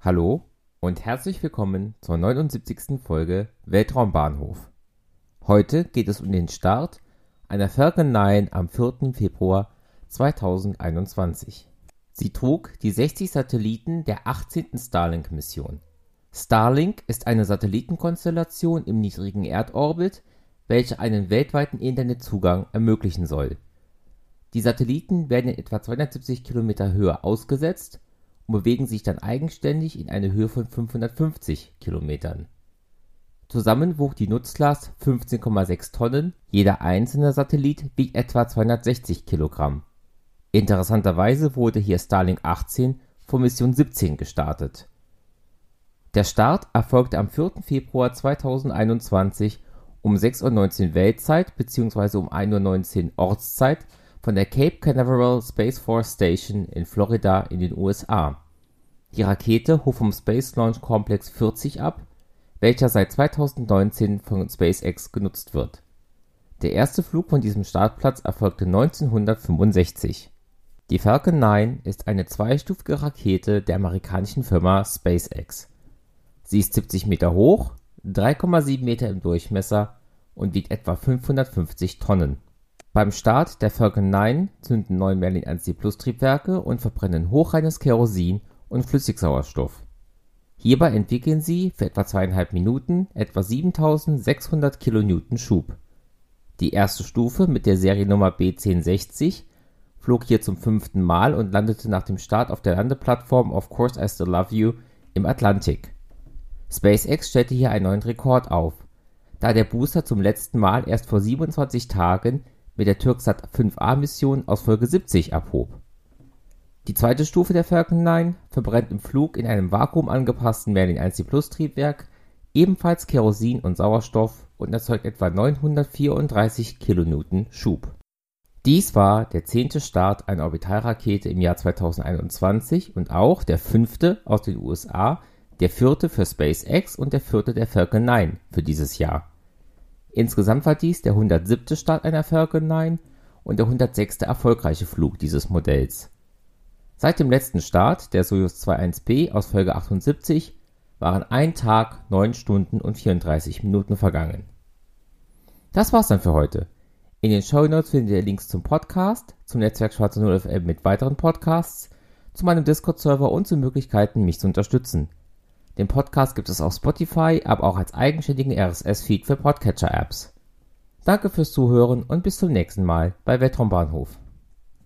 Hallo und herzlich willkommen zur 79. Folge Weltraumbahnhof. Heute geht es um den Start einer Falcon 9 am 4. Februar 2021. Sie trug die 60 Satelliten der 18. Starlink-Mission. Starlink ist eine Satellitenkonstellation im niedrigen Erdorbit, welche einen weltweiten Internetzugang ermöglichen soll. Die Satelliten werden in etwa 270 Kilometer Höhe ausgesetzt und bewegen sich dann eigenständig in eine Höhe von 550 Kilometern. Zusammen wog die Nutzlast 15,6 Tonnen, jeder einzelne Satellit wiegt etwa 260 Kilogramm. Interessanterweise wurde hier Starlink 18 von Mission 17 gestartet. Der Start erfolgte am 4. Februar 2021 um 6:19 Uhr Weltzeit bzw. um 1:19 Uhr Ortszeit von der Cape Canaveral Space Force Station in Florida in den USA. Die Rakete hob vom Space Launch Complex 40 ab, welcher seit 2019 von SpaceX genutzt wird. Der erste Flug von diesem Startplatz erfolgte 1965. Die Falcon 9 ist eine zweistufige Rakete der amerikanischen Firma SpaceX. Sie ist 70 Meter hoch, 3,7 Meter im Durchmesser und wiegt etwa 550 Tonnen. Beim Start der Falcon 9 zünden 9 Merlin 1D+ Triebwerke und verbrennen hochreines Kerosin und Flüssigsauerstoff. Hierbei entwickeln sie für etwa 2,5 Minuten etwa 7600 kN Schub. Die erste Stufe mit der Seriennummer B1060 flog hier zum 5. Mal und landete nach dem Start auf der Landeplattform Of Course I Still Love You im Atlantik. SpaceX stellte hier einen neuen Rekord auf, da der Booster zum letzten Mal erst vor 27 Tagen mit der Turksat 5A-Mission aus Folge 70 abhob. Die zweite Stufe der Falcon 9 verbrennt im Flug in einem vakuumangepassten Merlin 1D+ Triebwerk ebenfalls Kerosin und Sauerstoff und erzeugt etwa 934 kN Schub. Dies war der 10. Start einer Orbitalrakete im Jahr 2021 und auch der 5. aus den USA, der 4. für SpaceX und der 4. der Falcon 9 für dieses Jahr. Insgesamt war dies der 107. Start einer Falcon 9 und der 106. erfolgreiche Flug dieses Modells. Seit dem letzten Start, der Soyuz 21B aus Folge 78, waren 1 Tag, 9 Stunden und 34 Minuten vergangen. Das war's dann für heute. In den Shownotes findet ihr Links zum Podcast, zum Netzwerk Schwarze Null FM mit weiteren Podcasts, zu meinem Discord-Server und zu Möglichkeiten, mich zu unterstützen. Den Podcast gibt es auf Spotify, aber auch als eigenständigen RSS-Feed für Podcatcher-Apps. Danke fürs Zuhören und bis zum nächsten Mal bei Weltraumbahnhof.